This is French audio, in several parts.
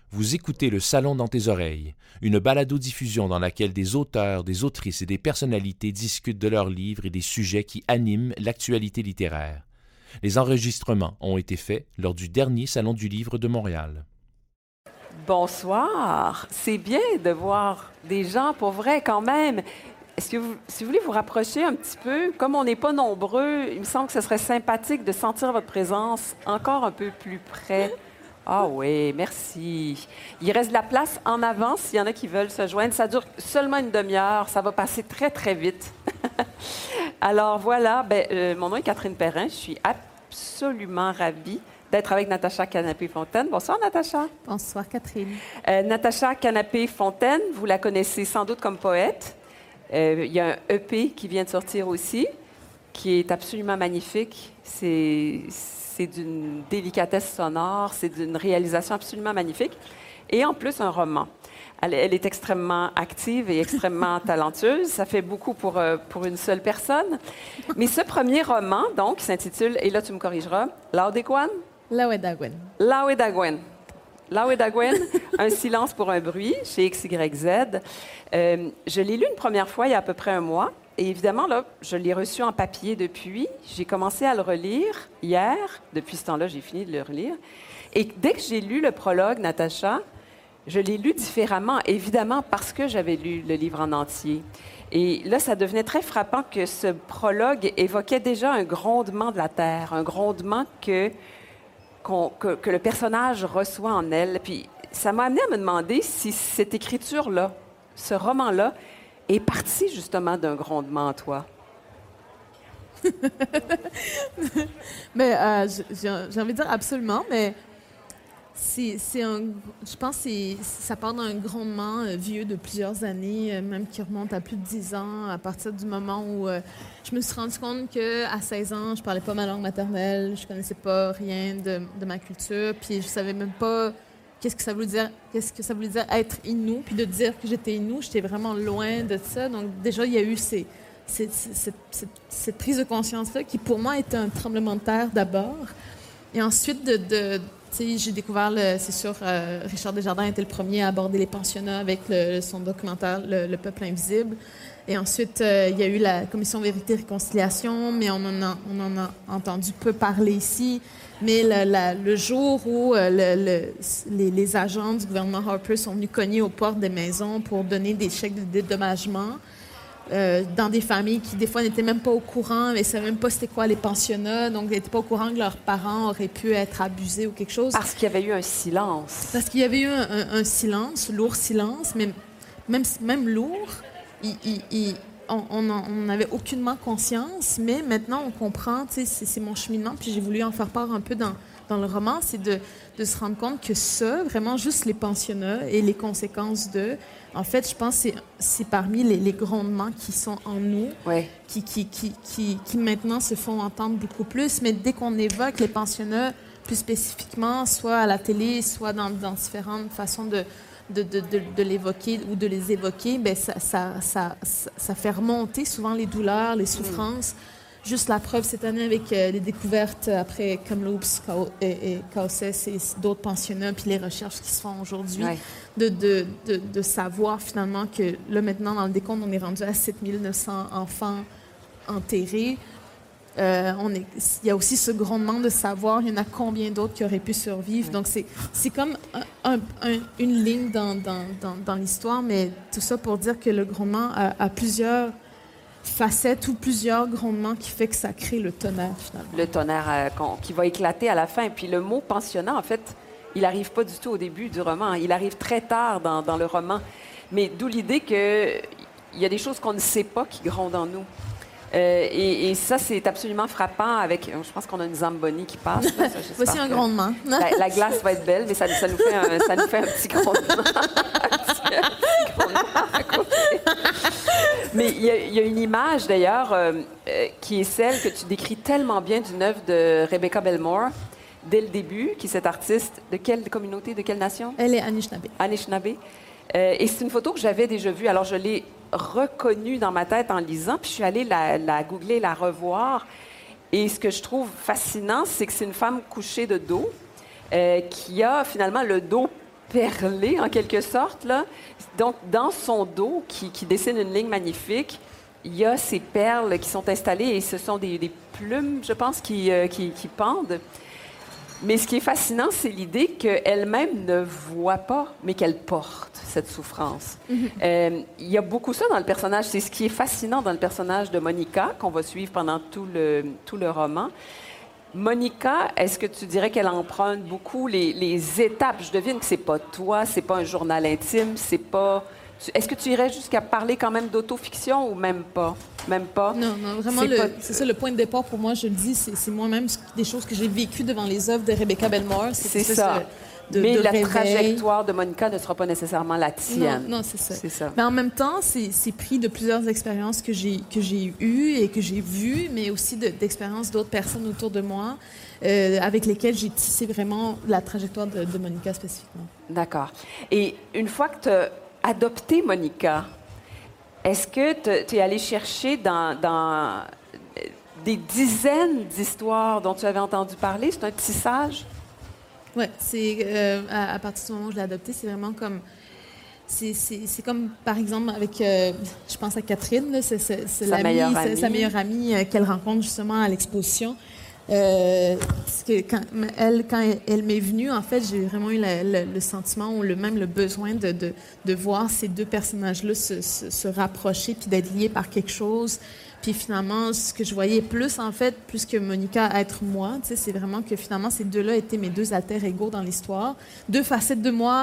Vous écoutez Le Salon dans tes oreilles, une balado-diffusion dans laquelle des auteurs, des autrices et des personnalités discutent de leurs livres et des sujets qui animent l'actualité littéraire. Les enregistrements ont été faits lors du dernier Salon du Livre de Montréal. Bonsoir. C'est bien de voir des gens pour vrai quand même. Est-ce que si vous voulez vous rapprocher un petit peu, comme on n'est pas nombreux, il me semble que ce serait sympathique de sentir votre présence encore un peu plus près. Ah oui, merci. Il reste de la place en avant s'il y en a qui veulent se joindre. Ça dure seulement une demi-heure. Ça va passer très, très vite. Alors voilà, mon nom est Catherine Perrin. Je suis absolument ravie d'être avec Natacha Canapé-Fontaine. Bonsoir, Natacha. Bonsoir, Catherine. Natacha Canapé-Fontaine, vous la connaissez sans doute comme poète. Il y a un EP qui vient de sortir aussi, qui est absolument magnifique. C'est d'une délicatesse sonore, c'est d'une réalisation absolument magnifique. Et en plus, un roman. Elle est extrêmement active et extrêmement talentueuse. Ça fait beaucoup pour une seule personne. Mais ce premier roman, donc, qui s'intitule, et là tu me corrigeras, Laodeguan? Laodeguan. Laodeguan. Laodeguan, Un silence pour un bruit, chez XYZ. Je l'ai lu une première fois il y a à peu près un mois. Et évidemment, là, je l'ai reçu en papier depuis. J'ai commencé à le relire hier. Depuis ce temps-là, j'ai fini de le relire. Et dès que j'ai lu le prologue, Natacha, je l'ai lu différemment, évidemment, parce que j'avais lu le livre en entier. Et là, ça devenait très frappant que ce prologue évoquait déjà un grondement de la terre, un grondement que le personnage reçoit en elle. Puis ça m'a amené à me demander si cette écriture-là, ce roman-là, est parti justement d'un grondement en toi. Mais j'ai envie de dire absolument, mais je pense que ça part d'un grondement vieux de plusieurs années, même qui remonte à plus de 10 ans, à partir du moment où je me suis rendu compte qu'à 16 ans, je parlais pas ma langue maternelle, je connaissais pas rien de ma culture, puis je savais même pas qu'est-ce que ça voulait dire être Innu, puis de dire que j'étais Innu, j'étais vraiment loin de ça. Donc déjà, il y a eu cette prise de conscience-là qui, pour moi, était un tremblement de terre d'abord. Et ensuite, j'ai découvert, c'est sûr, Richard Desjardins était le premier à aborder les pensionnats avec son documentaire Le Peuple invisible. Et ensuite, il y a eu la Commission Vérité et Réconciliation, mais on en a entendu peu parler ici. Mais le jour où les agents du gouvernement Harper sont venus cogner aux portes des maisons pour donner des chèques de dédommagement dans des familles qui, des fois, n'étaient même pas au courant, mais ne savaient même pas c'était quoi les pensionnats, donc n'étaient pas au courant que leurs parents auraient pu être abusés ou quelque chose. Parce qu'il y avait eu un silence. Parce qu'il y avait eu un silence, lourd silence, mais même lourd. On n'avait aucunement conscience, mais maintenant on comprend, c'est mon cheminement, puis j'ai voulu en faire part un peu dans le roman, c'est de se rendre compte que ça, vraiment juste les pensionnats et les conséquences d'eux, en fait, je pense que c'est parmi les grondements qui sont en nous, ouais, qui maintenant se font entendre beaucoup plus, mais dès qu'on évoque les pensionnats plus spécifiquement, soit à la télé, soit dans différentes façons de l'évoquer ou de les évoquer, bien, ça fait remonter souvent les douleurs, les souffrances. Juste la preuve cette année avec les découvertes après Kamloops et Caucus et d'autres pensionnats, puis les recherches qui se font aujourd'hui, ouais, de savoir finalement que là, maintenant, dans le décompte, on est rendu à 7900 enfants enterrés. Il y a aussi ce grondement de savoir, il y en a combien d'autres qui auraient pu survivre. Oui. Donc, c'est comme une ligne dans l'histoire, mais tout ça pour dire que le grondement a plusieurs facettes ou plusieurs grondements qui fait que ça crée le tonnerre, finalement. Le tonnerre qui va éclater à la fin. Puis le mot pensionnat, en fait, il n'arrive pas du tout au début du roman. Il arrive très tard dans le roman. Mais d'où l'idée qu'il y a des choses qu'on ne sait pas qui grondent en nous. Et ça, c'est absolument frappant avec... Je pense qu'on a une Zamboni qui passe. Là, ça, voici un grondement. La glace va être belle, mais ça nous fait un petit grondement. un petit grondement à côté. Mais il y a une image, d'ailleurs, qui est celle que tu décris tellement bien d'une œuvre de Rebecca Belmore, dès le début, qui est cette artiste de quelle communauté, de quelle nation? Elle est Anishinaabe. Anishinaabe. Et c'est une photo que j'avais déjà vue. Alors, je l'ai reconnue dans ma tête en lisant, puis je suis allée la googler, la revoir. Et ce que je trouve fascinant, c'est que c'est une femme couchée de dos qui a finalement le dos perlé, en quelque sorte, là. Donc, dans son dos, qui dessine une ligne magnifique, il y a ces perles qui sont installées et ce sont des plumes, je pense, qui pendent. Mais ce qui est fascinant, c'est l'idée qu'elle-même ne voit pas, mais qu'elle porte cette souffrance. Il y a beaucoup ça dans le personnage. C'est ce qui est fascinant dans le personnage de Monica, qu'on va suivre pendant tout le roman. Monica, est-ce que tu dirais qu'elle emprunte beaucoup les étapes? Je devine que c'est pas toi, c'est pas un journal intime, c'est pas... Est-ce que tu irais jusqu'à parler quand même d'autofiction ou même pas? Même pas? Non, vraiment, c'est ça le point de départ pour moi, je le dis, c'est moi-même des choses que j'ai vécues devant les œuvres de Rebecca Belmore. C'est ça. Mais la trajectoire de Monica ne sera pas nécessairement la tienne. Non, c'est ça. Mais en même temps, c'est pris de plusieurs expériences que j'ai eues et que j'ai vues, mais aussi d'expériences d'autres personnes autour de moi avec lesquelles j'ai tissé vraiment la trajectoire de Monica spécifiquement. D'accord. Et une fois que tu as adopté Monica, est-ce que tu es allé chercher dans des dizaines d'histoires dont tu avais entendu parler? C'est un tissage? Oui, c'est à partir du moment où je l'ai adoptée, c'est vraiment comme... C'est comme, par exemple, avec... je pense à Catherine, là, c'est sa meilleure amie qu'elle rencontre justement à l'exposition. Parce que quand elle m'est venue, en fait, j'ai vraiment eu le sentiment ou même le besoin de voir ces deux personnages-là se rapprocher puis d'être liés par quelque chose. Puis finalement, ce que je voyais plus, en fait, plus que Monica être moi, tu sais, c'est vraiment que finalement, ces deux-là étaient mes deux alter ego dans l'histoire. Deux facettes de moi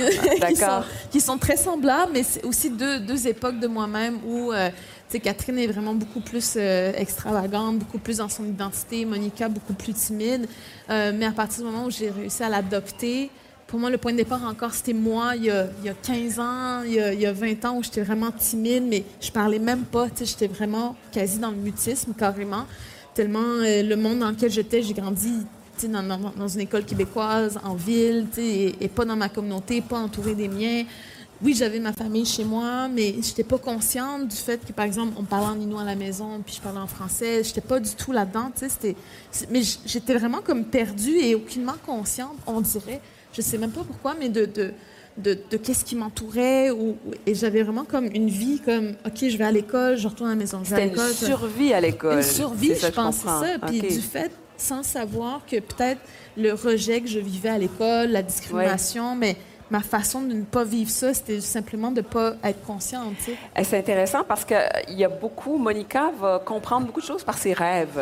qui sont très semblables, mais c'est aussi deux époques de moi-même où... tu sais, Catherine est vraiment beaucoup plus extravagante, beaucoup plus dans son identité. Monica, beaucoup plus timide. Mais à partir du moment où j'ai réussi à l'adopter, pour moi, le point de départ encore, c'était moi, il y a 15 ans, il y a 20 ans, où j'étais vraiment timide, mais je parlais même pas. Tu sais, j'étais vraiment quasi dans le mutisme, carrément. Tellement le monde dans lequel j'étais, j'ai grandi dans une école québécoise, en ville, et pas dans ma communauté, pas entourée des miens. Oui, j'avais ma famille chez moi, mais je n'étais pas consciente du fait que, par exemple, on parlait en inuit à la maison, puis je parlais en français. Je n'étais pas du tout là-dedans, tu sais. Mais j'étais vraiment comme perdue et aucunement consciente, on dirait. Je ne sais même pas pourquoi, mais de qu'est-ce qui m'entourait. Et j'avais vraiment comme une vie comme, OK, je vais à l'école, je retourne à la maison. C'était une survie à l'école. Une survie, je pense, c'est ça. Puis okay. Du fait, sans savoir que peut-être le rejet que je vivais à l'école, la discrimination, mais... Ma façon de ne pas vivre ça, c'était simplement de ne pas être consciente. Tu sais. C'est intéressant parce qu'il y a beaucoup... Monica va comprendre beaucoup de choses par ses rêves.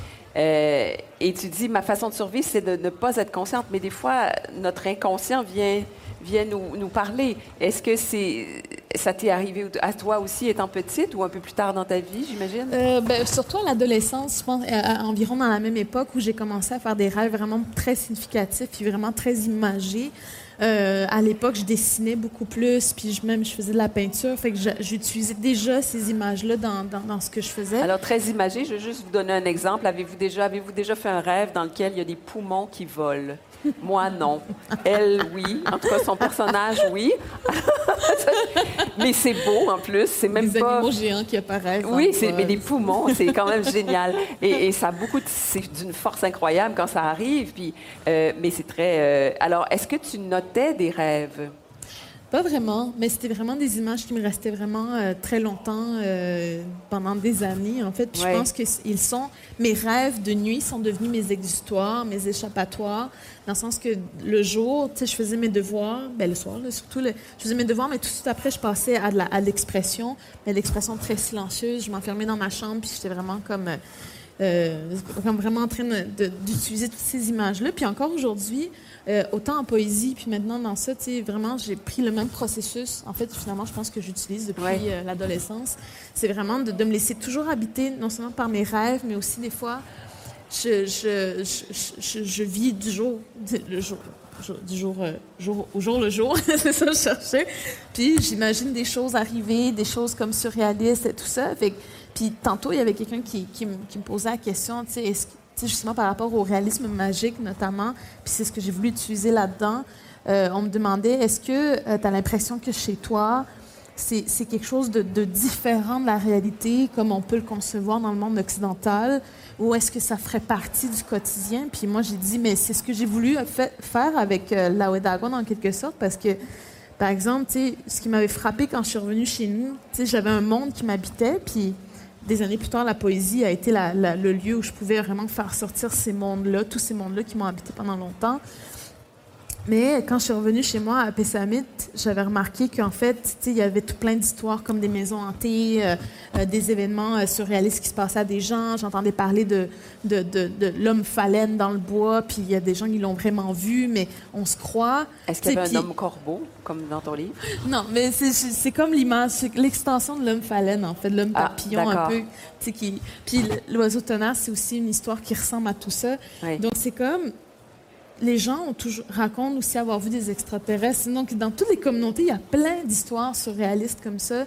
Et tu dis, ma façon de survivre, c'est de ne pas être consciente. Mais des fois, notre inconscient vient nous parler. Est-ce que ça t'est arrivé à toi aussi, étant petite, ou un peu plus tard dans ta vie, j'imagine? Surtout à l'adolescence, je pense, environ dans la même époque où j'ai commencé à faire des rêves vraiment très significatifs et vraiment très imagés. À l'époque, je dessinais beaucoup plus, puis je faisais de la peinture. Fait que j'utilisais déjà ces images-là dans ce que je faisais. Alors, très imagé, je vais juste vous donner un exemple. Avez-vous déjà fait un rêve dans lequel il y a des poumons qui volent? Moi, non. Elle, oui. En tout cas, son personnage, oui. Mais c'est beau, en plus. C'est même des animaux géants qui apparaissent. Oui, mais des poumons, c'est quand même génial. Et ça a c'est d'une force incroyable quand ça arrive. Puis, mais c'est très... Alors, est-ce que tu notais des rêves? Pas vraiment, mais c'était vraiment des images qui me restaient vraiment très longtemps, pendant des années. En fait, je pense que mes rêves de nuit sont devenus mes exutoires, mes échappatoires, dans le sens que le jour, tu sais, je faisais mes devoirs, le soir, là, surtout, je faisais mes devoirs, mais tout de suite après, je passais à l'expression, mais l'expression très silencieuse. Je m'enfermais dans ma chambre, puis j'étais vraiment comme vraiment en train d'utiliser toutes ces images-là. Puis encore aujourd'hui, autant en poésie, puis maintenant dans ça, tu sais, vraiment, j'ai pris le même processus. En fait, finalement, je pense que j'utilise depuis l'adolescence. C'est vraiment de me laisser toujours habiter, non seulement par mes rêves, mais aussi des fois, je vis du jour au jour le jour. C'est ça que je cherchais. Puis j'imagine des choses arriver, des choses comme surréalistes et tout ça. Puis tantôt, il y avait quelqu'un qui me posait la question, tu sais, justement par rapport au réalisme magique notamment, puis c'est ce que j'ai voulu utiliser là-dedans. On me demandait, est-ce que tu as l'impression que chez toi, c'est quelque chose de différent de la réalité, comme on peut le concevoir dans le monde occidental, ou est-ce que ça ferait partie du quotidien? Puis moi, j'ai dit, mais c'est ce que j'ai voulu faire avec La Ouédagoine, en quelque sorte, parce que, par exemple, tu sais, ce qui m'avait frappé quand je suis revenue chez nous, tu sais, j'avais un monde qui m'habitait, puis des années plus tard, la poésie a été le lieu où je pouvais vraiment faire sortir ces mondes-là, tous ces mondes-là qui m'ont habité pendant longtemps. Mais quand je suis revenue chez moi à Pessamit, j'avais remarqué qu'en fait, il y avait tout plein d'histoires comme des maisons hantées, des événements surréalistes qui se passaient à des gens. J'entendais parler de l'homme phalène dans le bois, puis il y a des gens qui l'ont vraiment vu, mais on se croit. Est-ce qu'il y avait un homme corbeau, comme dans ton livre? Non, mais c'est comme l'image, c'est l'extension de l'homme phalène, en fait, de l'homme papillon un peu. Puis l'oiseau tenace, c'est aussi une histoire qui ressemble à tout ça. Oui. Donc c'est comme... Les gens racontent aussi avoir vu des extraterrestres. Donc, dans toutes les communautés, il y a plein d'histoires surréalistes comme ça.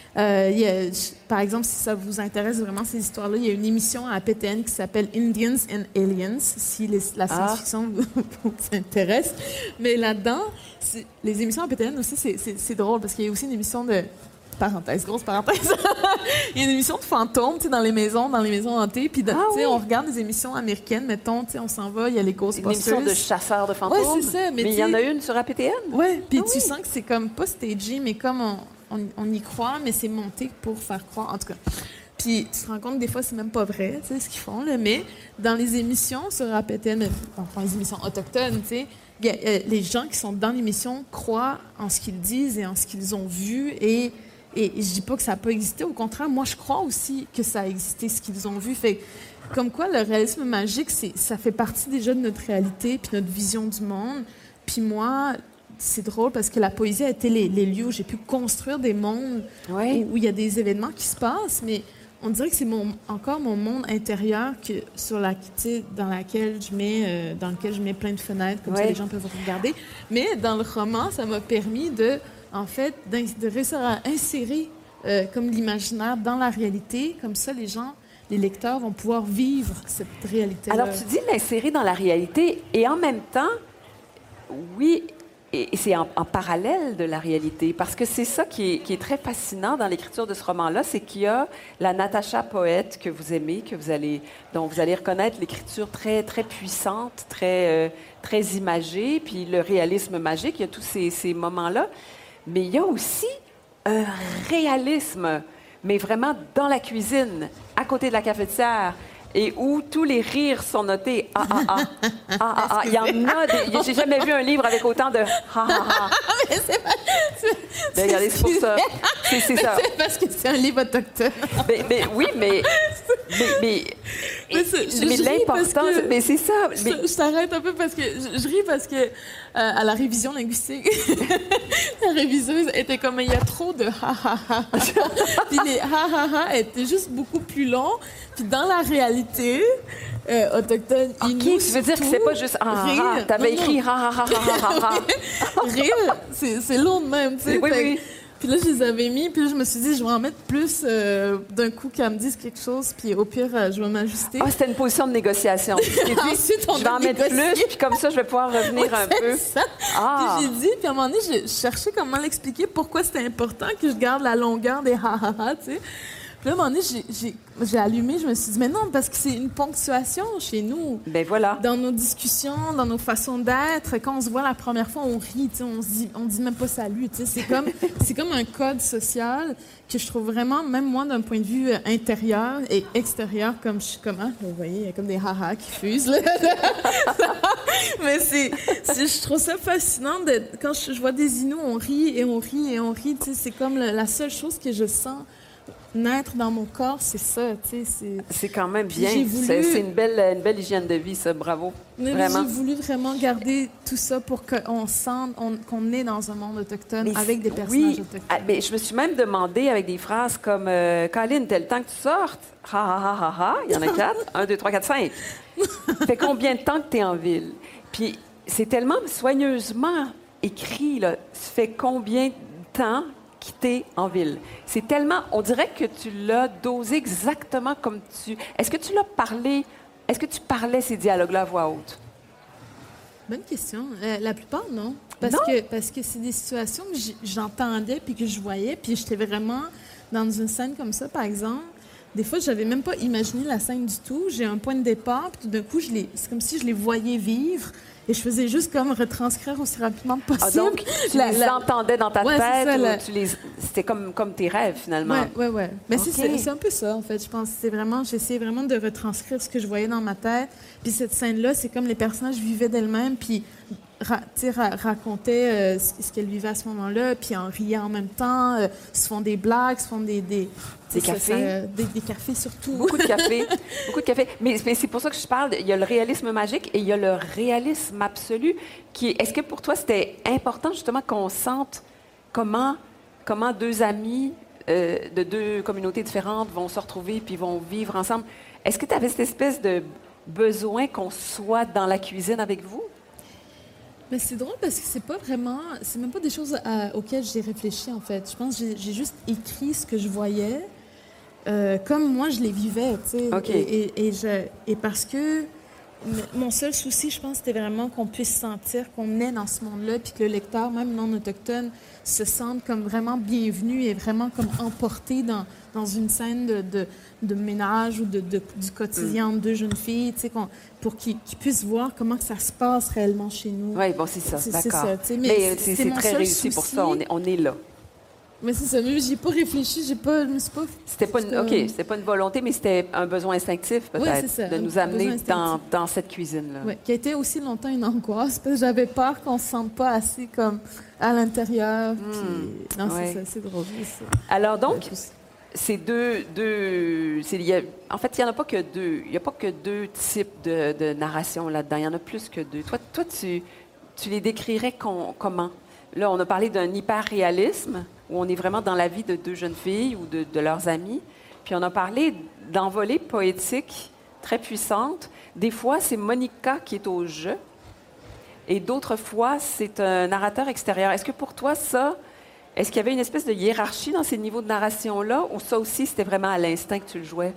Par exemple, si ça vous intéresse vraiment ces histoires-là, il y a une émission à PTN qui s'appelle Indians and Aliens, si la science-fiction vous intéresse. Mais là-dedans, les émissions à PTN aussi, c'est drôle parce qu'il y a aussi une émission de... Parenthèse, grosse parenthèse. Il y a une émission de fantômes, tu sais, dans les maisons hantées. Puis, tu sais, on regarde des émissions américaines, mettons, tu sais, on s'en va, il y a les Ghostbusters. Une émission de chasseurs de fantômes. Oui, c'est ça. Mais il y en a une sur APTN. Oui, puis tu sens que c'est comme pas stagé, mais comme on y croit, mais c'est monté pour faire croire, en tout cas. Puis tu te rends compte que des fois, c'est même pas vrai, tu sais, ce qu'ils font, là. Mais dans les émissions sur APTN, enfin, les émissions autochtones, tu sais, les gens qui sont dans l'émission croient en ce qu'ils disent et en ce qu'ils ont vu et je dis pas que ça n'a pas existé. Au contraire, moi, je crois aussi que ça a existé, ce qu'ils ont vu. Fait comme quoi, le réalisme magique, ça fait partie déjà de notre réalité puis notre vision du monde. Puis moi, c'est drôle parce que la poésie a été les lieux où j'ai pu construire des mondes où il y a des événements qui se passent, mais on dirait que c'est encore mon monde intérieur dans lequel je mets plein de fenêtres, comme ça les gens peuvent regarder. Mais dans le roman, ça m'a permis de réussir à insérer comme l'imaginaire dans la réalité. Comme ça, les lecteurs vont pouvoir vivre cette réalité-là. Alors, tu dis l'insérer dans la réalité et en même temps, oui, et c'est en parallèle de la réalité, parce que c'est ça qui est très fascinant dans l'écriture de ce roman-là, c'est qu'il y a la Natacha poète que vous aimez, dont vous allez reconnaître l'écriture très, très puissante, très, très imagée, puis le réalisme magique, il y a tous ces moments-là. Mais il y a aussi un réalisme, mais vraiment dans la cuisine, à côté de la cafetière, et où tous les rires sont notés. Il y en a. J'ai jamais vu un livre avec autant de Mais c'est pas... Regardez, c'est pour ça. C'est ça. C'est parce que c'est un livre autochtone. Mais l'important, mais c'est ça. Je t'arrête un peu parce que je ris parce que à la révision linguistique, la réviseuse était comme il y a trop de ha. Puis les ha étaient juste beaucoup plus longs. Puis dans la réalité autochtone, tu veux dire que c'est pas juste rire. T'avais écrit ha. Rire, c'est long de même, tu sais. Oui. Puis là, je les avais mis, puis là, je me suis dit, je vais en mettre plus d'un coup qu'elle me dise quelque chose, puis au pire, je vais m'ajuster. C'était une position de négociation. Ensuite, je vais en mettre plus, puis comme ça, je vais pouvoir revenir un peu. Ça. Puis j'ai dit, puis à un moment donné, je cherchais comment l'expliquer, pourquoi c'était important que je garde la longueur des ha, tu sais. Puis là, à un moment donné, j'ai allumé, je me suis dit, mais non, parce que c'est une ponctuation chez nous. Ben voilà. Dans nos discussions, dans nos façons d'être, quand on se voit la première fois, on rit, tu sais, on dit même pas salut, tu sais. C'est comme un code social que je trouve vraiment, même moi, d'un point de vue intérieur et extérieur, comme je suis vous voyez, il y a comme des ha qui fusent, là. Mais je trouve ça fascinant quand je vois des Inuits, on rit et on rit et on rit, tu sais. C'est comme la seule chose que je sens naître dans mon corps, c'est ça, tu sais. C'est quand même bien. C'est une belle hygiène de vie, ça. Bravo. Vraiment. J'ai voulu vraiment garder tout ça pour qu'on sente qu'on est dans un monde autochtone avec des personnages autochtones. Mais je me suis même demandé avec des phrases comme Colin, t'as le temps que tu sortes? Ha. Il y en a 4. 1, 2, 3, 4, 5. Fait combien de temps que t'es en ville? Puis c'est tellement soigneusement écrit, là. Ça fait combien de temps quitter en ville. C'est tellement... On dirait que tu l'as dosé exactement comme tu... Est-ce que tu parlais ces dialogues-là à voix haute? Bonne question. La plupart, non. Non? Parce que c'est des situations que j'entendais puis que je voyais, puis j'étais vraiment dans une scène comme ça, par exemple. Des fois, je n'avais même pas imaginé la scène du tout. J'ai un point de départ, puis tout d'un coup, c'est comme si je les voyais vivre. Et je faisais juste comme retranscrire aussi rapidement que possible. Ah, donc, tu les entendais dans ta tête, c'était comme tes rêves, finalement. Oui. Mais Okay. c'est un peu ça, en fait. Je pense que j'essayais vraiment de retranscrire ce que je voyais dans ma tête. Puis cette scène-là, c'est comme les personnages vivaient d'elles-mêmes, puis racontaient ce qu'elles vivaient à ce moment-là, puis en riant en même temps, se font des blagues, se font des cafés. Des cafés surtout. Beaucoup de café. Beaucoup de café. Mais c'est pour ça que je parle. Il y a le réalisme magique et il y a le réalisme absolu. Est-ce que pour toi, c'était important justement qu'on sente comment deux amis de deux communautés différentes vont se retrouver puis vont vivre ensemble? Est-ce que tu avais cette espèce de besoin qu'on soit dans la cuisine avec vous? Mais c'est drôle parce que c'est même pas des choses auxquelles j'ai réfléchi, en fait. Je pense que j'ai juste écrit ce que je voyais comme moi je les vivais, tu sais. Okay. Et parce que mon seul souci, je pense, c'était vraiment qu'on puisse sentir qu'on est dans ce monde-là, puis que le lecteur, même non autochtone, se sente comme vraiment bienvenu et vraiment comme emporté dans une scène de ménage ou du quotidien de deux jeunes filles, tu sais, pour qu'ils puissent voir comment que ça se passe réellement chez nous. Oui, bon, c'est ça, d'accord. Mais c'est très réussi pour ça, on est là. Mais c'est ça, même j'ai pas réfléchi, je me suis pas... C'était pas une volonté, mais c'était un besoin instinctif, peut-être, de nous amener dans cette cuisine-là. Oui, qui a été aussi longtemps une angoisse, parce que j'avais peur qu'on se sente pas assez comme à l'intérieur. Non, c'est ça, c'est drôle. Alors donc, c'est en fait, il n'y en a pas que deux. Il n'y a pas que deux types de narration là-dedans. Il y en a plus que deux. Toi, tu les décrirais comment? Là, on a parlé d'un hyper-réalisme, où on est vraiment dans la vie de deux jeunes filles ou de leurs amis. Puis on a parlé d'envolées poétiques très puissantes. Des fois, c'est Monica qui est au jeu. Et d'autres fois, c'est un narrateur extérieur. Est-ce que pour toi, est-ce qu'il y avait une espèce de hiérarchie dans ces niveaux de narration-là, ou ça aussi, c'était vraiment à l'instinct que tu le jouais?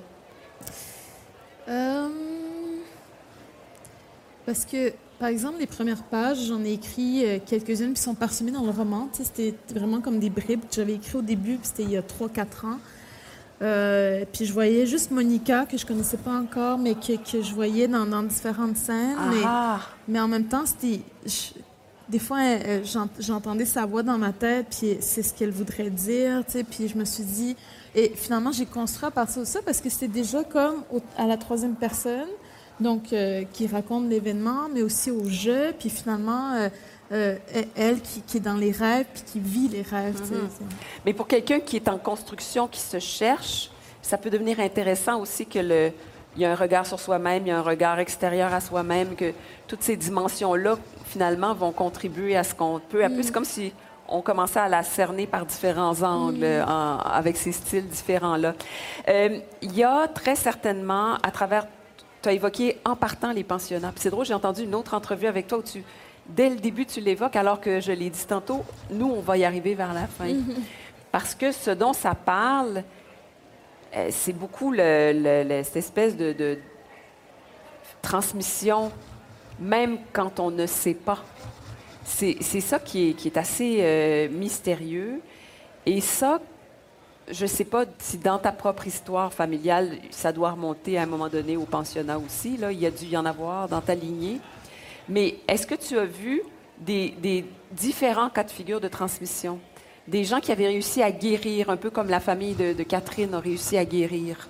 Parce que, par exemple, les premières pages, j'en ai écrit quelques-unes qui sont parsemées dans le roman. Tu sais, c'était vraiment comme des bribes que j'avais écrites au début, puis c'était il y a 3-4 ans. Puis je voyais juste Monica, que je connaissais pas encore, mais que je voyais dans différentes scènes. Mais en même temps, des fois, j'entendais sa voix dans ma tête, puis c'est ce qu'elle voudrait dire, tu sais, puis je me suis dit... Et finalement, j'ai construit à partir de ça, parce que c'était déjà comme à la troisième personne, donc qui raconte l'événement, mais aussi au jeu, puis finalement... elle qui est dans les rêves puis qui vit les rêves. Mais pour quelqu'un qui est en construction, qui se cherche, ça peut devenir intéressant aussi que il y a un regard sur soi-même, il y a un regard extérieur à soi-même, que toutes ces dimensions-là, finalement, vont contribuer à ce qu'on peut. C'est comme si on commençait à la cerner par différents angles, avec ces styles différents-là. Il y a très certainement, à travers... Tu as évoqué en partant les pensionnats. Puis c'est drôle, j'ai entendu une autre entrevue avec toi où dès le début, tu l'évoques, alors que je l'ai dit tantôt, nous, on va y arriver vers la fin. Parce que ce dont ça parle, c'est beaucoup cette espèce de transmission, même quand on ne sait pas. C'est ça qui est assez mystérieux. Et ça, je ne sais pas si dans ta propre histoire familiale, ça doit remonter à un moment donné au pensionnat aussi. Là, il y a dû y en avoir dans ta lignée. Mais est-ce que tu as vu des différents cas de figure de transmission? Des gens qui avaient réussi à guérir, un peu comme la famille de Catherine a réussi à guérir?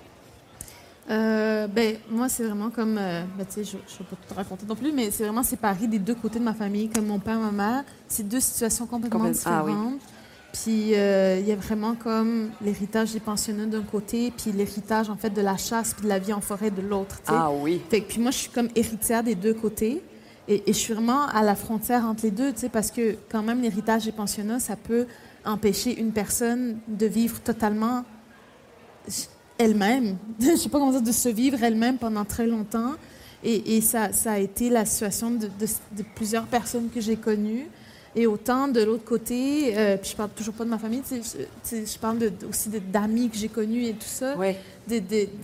Moi, c'est vraiment comme... tu sais, je ne vais pas tout raconter non plus, mais c'est vraiment séparé des deux côtés de ma famille, comme mon père, ma mère. C'est deux situations complètement différentes. Oui. Puis, il y a vraiment comme l'héritage des pensionnats d'un côté, puis l'héritage, en fait, de la chasse puis de la vie en forêt de l'autre. Ah oui. Fait que, puis moi, je suis comme héritière des deux côtés. Et je suis vraiment à la frontière entre les deux, tu sais, parce que quand même, l'héritage des pensionnats, ça peut empêcher une personne de vivre totalement elle-même. Je sais pas comment dire, de se vivre elle-même pendant très longtemps. Et ça a été la situation de plusieurs personnes que j'ai connues. Et autant de l'autre côté, puis je parle toujours pas de ma famille, tu sais, je parle aussi d'amis que j'ai connus et tout ça. Oui.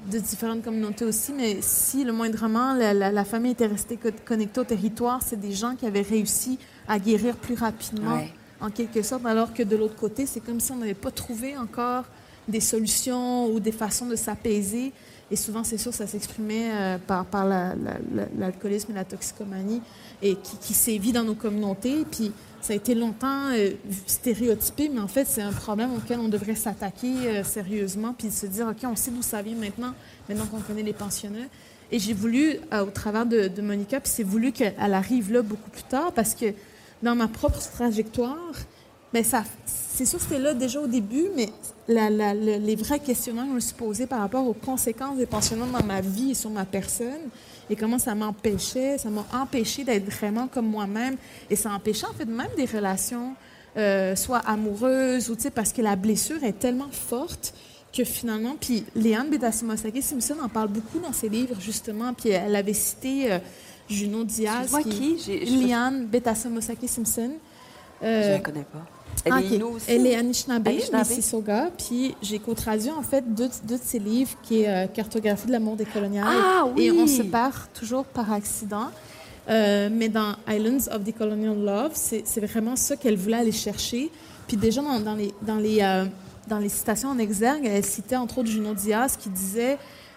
de différentes communautés aussi, mais si le moindrement la famille était restée connectée au territoire, c'est des gens qui avaient réussi à guérir plus rapidement, en quelque sorte, alors que de l'autre côté, c'est comme si on n'avait pas trouvé encore des solutions ou des façons de s'apaiser. Et souvent, c'est sûr, ça s'exprimait par l'alcoolisme et la toxicomanie et qui sévit dans nos communautés. Puis ça a été longtemps stéréotypé, mais en fait, c'est un problème auquel on devrait s'attaquer sérieusement puis se dire, OK, on sait d'où ça vient maintenant qu'on connaît les pensionnats. Et j'ai voulu, au travers de Monica, puis c'est voulu qu'elle arrive là beaucoup plus tard parce que dans ma propre trajectoire, bien, c'est sûr que c'était là déjà au début, mais les vrais questionnements que je me suis posés par rapport aux conséquences des pensionnats dans ma vie et sur ma personne et comment ça m'a empêché d'être vraiment comme moi-même et ça empêchait en fait même des relations, soit amoureuses ou, tu sais, parce que la blessure est tellement forte que finalement, puis Leanne Betasamosake-Simpson en parle beaucoup dans ses livres, justement, puis elle avait cité Junot Diaz. Leanne Betasamosake-Simpson. Je ne la connais pas. Elle est Innu aussi? Elle est Anishinaabe, Mississauga. Puis j'ai co-traduit, en fait, deux de ses livres, qui est Cartographie de l'amour décolonial. Ah, oui! Et on se perd toujours par accident. Mais dans Islands of Decolonial Love, c'est vraiment ça qu'elle voulait aller chercher. Puis déjà, dans les citations en exergue, elle citait entre autres Junot Diaz qui disait...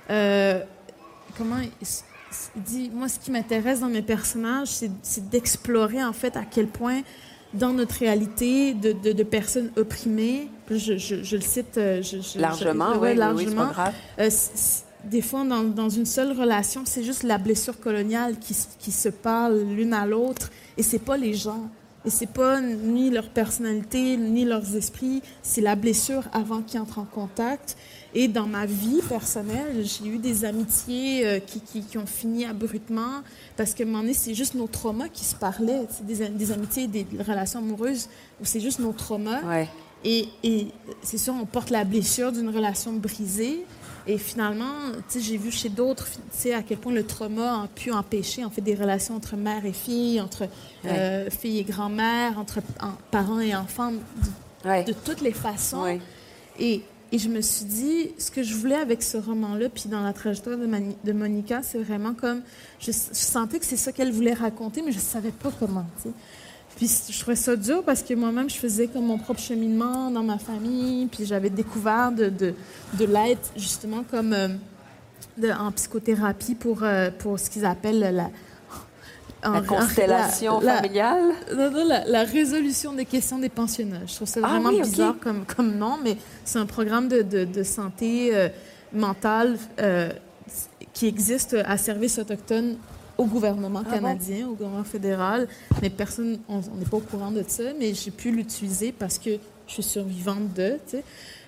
il dit, moi, ce qui m'intéresse dans mes personnages, c'est d'explorer, en fait, à quel point, dans notre réalité de personnes opprimées, je le cite... largement, oui, c'est pas grave. Des fois, dans une seule relation, c'est juste la blessure coloniale qui se parle l'une à l'autre, et c'est pas les gens. Et c'est pas ni leur personnalité, ni leurs esprits, c'est la blessure avant qu'ils entrent en contact. Et dans ma vie personnelle, j'ai eu des amitiés qui ont fini abruptement parce qu'à un moment donné, c'est juste nos traumas qui se parlaient. C'est des amitiés, des relations amoureuses où c'est juste nos traumas. Ouais. Et c'est sûr, on porte la blessure d'une relation brisée. Et finalement, tu sais, j'ai vu chez d'autres, tu sais, à quel point le trauma a pu empêcher, en fait, des relations entre mère et fille, entre fille et grand-mère, entre parents et enfants, de toutes les façons. Ouais. Et je me suis dit, ce que je voulais avec ce roman-là, puis dans la trajectoire de Monica, c'est vraiment comme... Je sentais que c'est ça qu'elle voulait raconter, mais je ne savais pas comment, tu sais. Puis je trouvais ça dur parce que moi-même, je faisais comme mon propre cheminement dans ma famille, puis j'avais découvert de l'aide, justement, comme en psychothérapie pour ce qu'ils appellent la constellation familiale? La résolution des questions des pensionnats. Je trouve ça vraiment bizarre comme nom, mais c'est un programme de santé mentale qui existe à service autochtone au gouvernement canadien, au gouvernement fédéral. Mais personne, on n'est pas au courant de ça, mais j'ai pu l'utiliser parce que je suis survivante de, tu sais.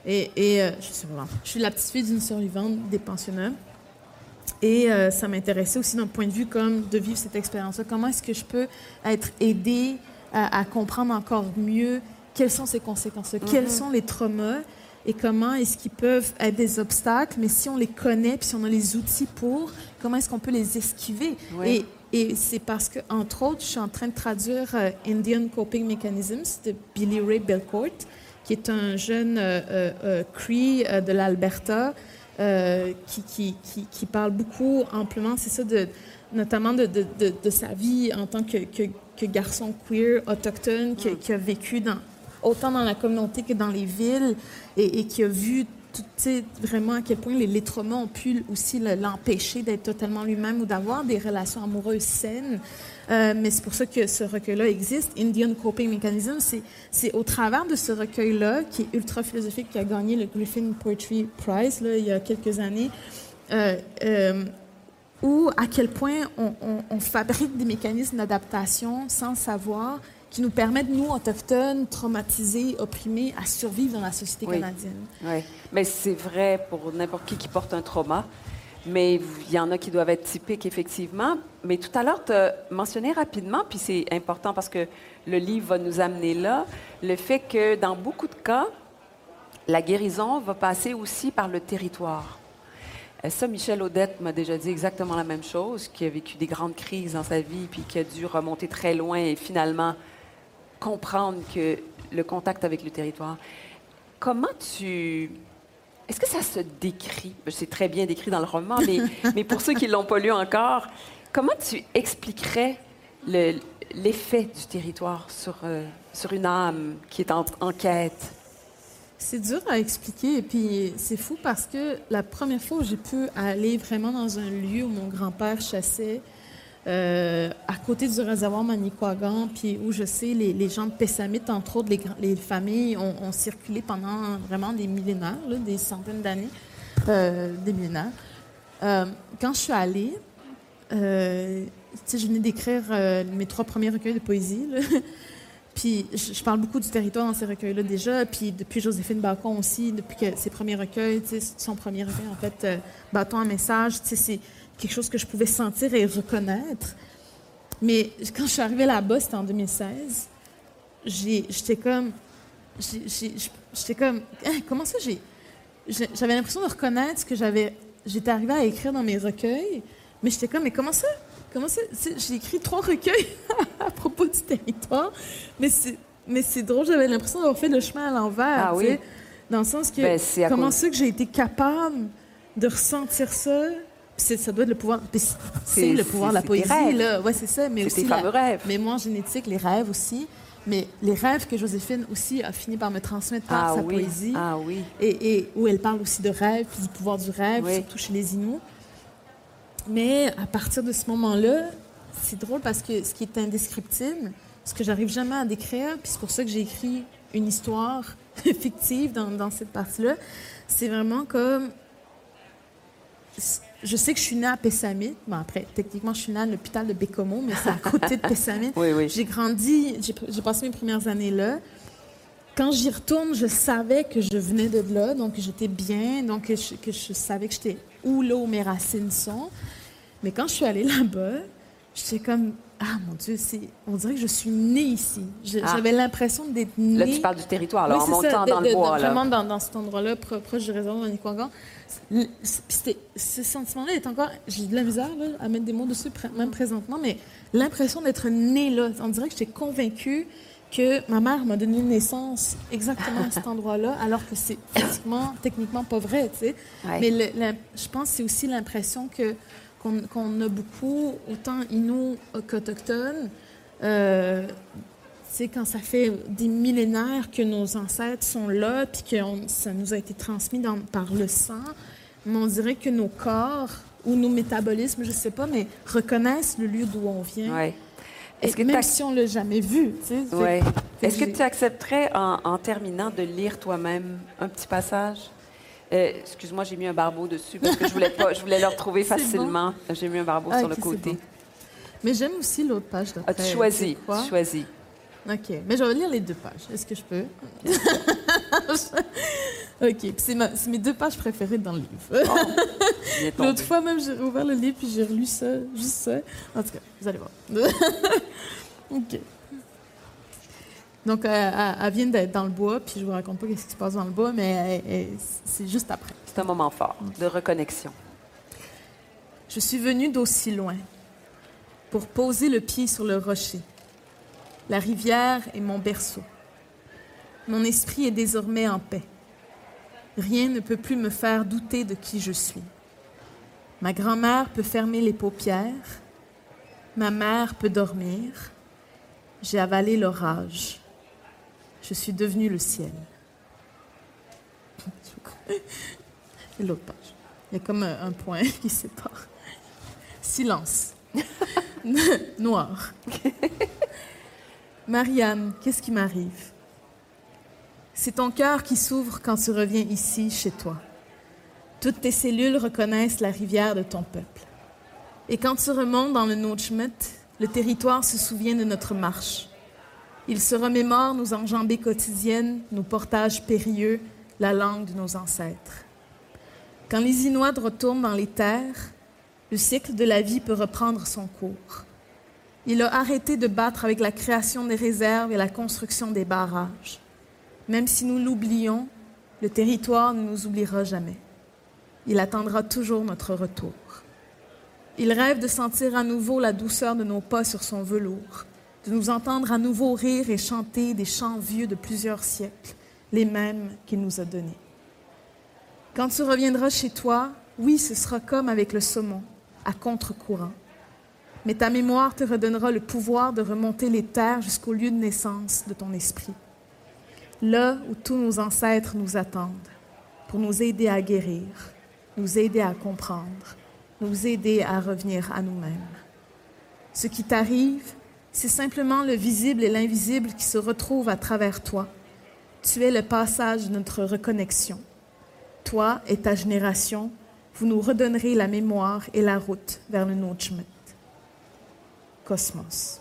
Je suis la petite fille d'une survivante des pensionnats. Et ça m'intéressait aussi d'un point de vue comme de vivre cette expérience-là. Comment est-ce que je peux être aidée à comprendre encore mieux quelles sont ces conséquences-là, quels sont les traumas et comment est-ce qu'ils peuvent être des obstacles, mais si on les connaît puis si on a les outils pour, comment est-ce qu'on peut les esquiver? Oui. Et c'est parce que, entre autres, je suis en train de traduire Indian Coping Mechanisms de Billy Ray Belcourt, qui est un jeune Cree de l'Alberta, qui parle beaucoup amplement, c'est ça, notamment de sa vie en tant que garçon queer autochtone qui a vécu autant dans la communauté que dans les villes et qui a vu vraiment à quel point les traumas ont pu aussi l'empêcher d'être totalement lui-même ou d'avoir des relations amoureuses saines. Mais c'est pour ça que ce recueil-là existe. Indian Coping Mechanism, c'est au travers de ce recueil-là, qui est ultra philosophique, qui a gagné le Griffin Poetry Prize là, il y a quelques années, où à quel point on fabrique des mécanismes d'adaptation sans savoir qui nous permettent, nous, autochtones, traumatisés, opprimés, à survivre dans la société canadienne. Oui, mais c'est vrai pour n'importe qui porte un trauma. Mais il y en a qui doivent être typiques, effectivement. Mais tout à l'heure, tu as mentionné rapidement, puis c'est important parce que le livre va nous amener là, le fait que dans beaucoup de cas, la guérison va passer aussi par le territoire. Ça, Michel Audette m'a déjà dit exactement la même chose, qui a vécu des grandes crises dans sa vie, puis qui a dû remonter très loin et finalement comprendre que le contact avec le territoire. Comment tu Est-ce que ça se décrit? C'est très bien décrit dans le roman, mais pour ceux qui ne l'ont pas lu encore, comment tu expliquerais l'effet du territoire sur une âme qui est en quête? C'est dur à expliquer, et puis c'est fou parce que la première fois où j'ai pu aller vraiment dans un lieu où mon grand-père chassait, à côté du réservoir Manicouagan, puis où je sais les gens de Pessamit, entre autres, les familles ont circulé pendant vraiment des millénaires, là, des centaines d'années, des millénaires. Quand je suis allée, je venais d'écrire mes 3 premiers recueils de poésie, là. Puis je parle beaucoup du territoire dans ces recueils-là déjà. Puis depuis Joséphine Bacon aussi, depuis que ses premiers recueils, son premier recueil, en fait, Bâton à message, c'est quelque chose que je pouvais sentir et reconnaître. Mais quand je suis arrivée là-bas, c'était en 2016, j'étais comme, comment ça, j'avais l'impression de reconnaître ce que j'étais arrivée à écrire dans mes recueils, mais j'étais comme, mais comment ça? J'ai écrit 3 recueils à propos du territoire, mais c'est drôle, j'avais l'impression d'avoir fait le chemin à l'envers, oui. Dans le sens que, comment ça que j'ai été capable de ressentir ça? Ça doit être le pouvoir, c'est le pouvoir de la poésie, là. Ouais, c'est ça, mais aussi tes fameux rêves. Mémoire génétique, les rêves aussi, mais les rêves que Joséphine aussi a fini par me transmettre par sa poésie. Ah oui. Et où elle parle aussi de rêve, puis du pouvoir du rêve, surtout chez les Inuits. Mais à partir de ce moment-là, c'est drôle parce que ce qui est indescriptible, ce que j'arrive jamais à décrire, puis c'est pour ça que j'ai écrit une histoire fictive dans cette partie-là, c'est vraiment comme... Je sais que je suis née à Pessamit. Bon, après, techniquement, je suis née à l'hôpital de Bécomo, mais c'est à côté de Pessamit. Oui. J'ai grandi, j'ai passé mes premières années là. Quand j'y retourne, je savais que je venais de là, donc j'étais bien, donc que je savais que j'étais là où mes racines sont. Mais quand je suis allée là-bas, j'étais comme, ah mon Dieu, on dirait que je suis née ici. J'avais l'impression d'être née... Là, tu parles du territoire, là, oui, en montant dans le bois. Vraiment dans cet endroit-là, proche du réservoir de Manicouagan. Ce sentiment-là est encore... J'ai de la misère là, à mettre des mots dessus, même présentement, mais l'impression d'être née là, on dirait que j'étais convaincue que ma mère m'a donné naissance exactement à cet endroit-là, alors que c'est physiquement, techniquement pas vrai, tu sais. Ouais. Mais je pense que c'est aussi l'impression qu'on a beaucoup, autant Inuits qu'Autochtones, tu sais, quand ça fait des millénaires que nos ancêtres sont là, puis que ça nous a été transmis par le sang, mais on dirait que nos corps ou nos métabolismes, je sais pas, mais reconnaissent le lieu d'où on vient. Ouais. Même si on ne l'a jamais vu. Tu sais, ouais. Est-ce que tu accepterais, en terminant, de lire toi-même un petit passage? Excuse-moi, j'ai mis un barbeau dessus parce que je voulais le retrouver facilement. Bon. J'ai mis un barbeau sur le côté. Bon. Mais j'aime aussi l'autre page d'après. Tu choisis. OK. Mais je vais lire les 2 pages. Est-ce que je peux? OK. C'est mes 2 pages préférées dans le livre. Oh, l'autre fois, même, j'ai ouvert le livre puis j'ai relu ça, juste ça. En tout cas, vous allez voir. OK. Donc, elle vient d'être dans le bois, puis je vous raconte pas ce qui se passe dans le bois, mais c'est juste après. C'est un moment fort de reconnexion. Je suis venue d'aussi loin pour poser le pied sur le rocher. La rivière est mon berceau. Mon esprit est désormais en paix. Rien ne peut plus me faire douter de qui je suis. Ma grand-mère peut fermer les paupières. Ma mère peut dormir. J'ai avalé l'orage. Je suis devenue le ciel. Et l'autre page. Il y a comme un point qui sépare. Silence. Noir. Marianne, qu'est-ce qui m'arrive? C'est ton cœur qui s'ouvre quand tu reviens ici, chez toi. Toutes tes cellules reconnaissent la rivière de ton peuple. Et quand tu remontes dans le Notchmet, le territoire se souvient de notre marche. Il se remémore nos enjambées quotidiennes, nos portages périlleux, la langue de nos ancêtres. Quand les Inuits retournent dans les terres, le cycle de la vie peut reprendre son cours. Il a arrêté de battre avec la création des réserves et la construction des barrages. Même si nous l'oublions, le territoire ne nous oubliera jamais. Il attendra toujours notre retour. Il rêve de sentir à nouveau la douceur de nos pas sur son velours, de nous entendre à nouveau rire et chanter des chants vieux de plusieurs siècles, les mêmes qu'il nous a donnés. Quand tu reviendras chez toi, oui, ce sera comme avec le saumon, à contre-courant. Mais ta mémoire te redonnera le pouvoir de remonter les terres jusqu'au lieu de naissance de ton esprit. Là où tous nos ancêtres nous attendent, pour nous aider à guérir, nous aider à comprendre, nous aider à revenir à nous-mêmes. Ce qui t'arrive, c'est simplement le visible et l'invisible qui se retrouvent à travers toi. Tu es le passage de notre reconnexion. Toi et ta génération, vous nous redonnerez la mémoire et la route vers le nôtre chemin. Cosmos.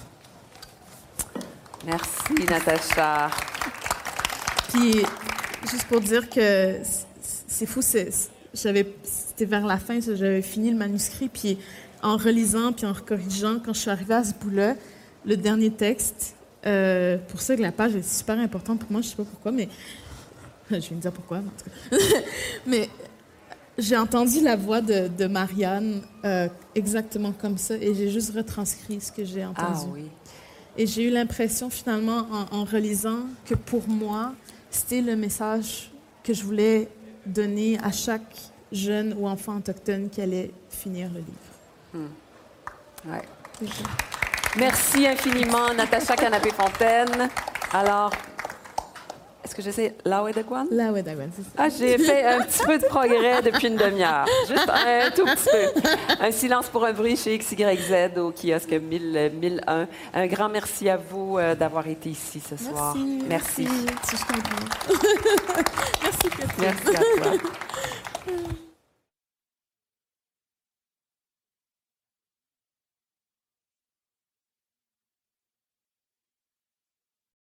Merci, Natacha. Puis, juste pour dire que c'est fou, c'était vers la fin, j'avais fini le manuscrit, puis en relisant, puis en corrigeant, quand je suis arrivée à ce bout-là, le dernier texte, pour ça que la page est super importante pour moi, je ne sais pas pourquoi, mais je vais me dire pourquoi, en tout cas. Mais j'ai entendu la voix de Marianne exactement comme ça, et j'ai juste retranscrit ce que j'ai entendu. Ah oui. Et j'ai eu l'impression, finalement, en relisant, que pour moi, c'était le message que je voulais donner à chaque jeune ou enfant autochtone qui allait finir le livre. Ouais. Merci infiniment, Natacha Canapé-Fontaine. Alors, est-ce que je sais Lawedagwan? Lawedagwan, c'est ça. Ah, j'ai fait un petit peu de progrès depuis une demi-heure. Juste un tout petit peu. Un silence pour un bruit chez XYZ au kiosque 1001. Un grand merci à vous d'avoir été ici ce soir. Merci. Si je comprends. Merci, Catherine. Merci à toi.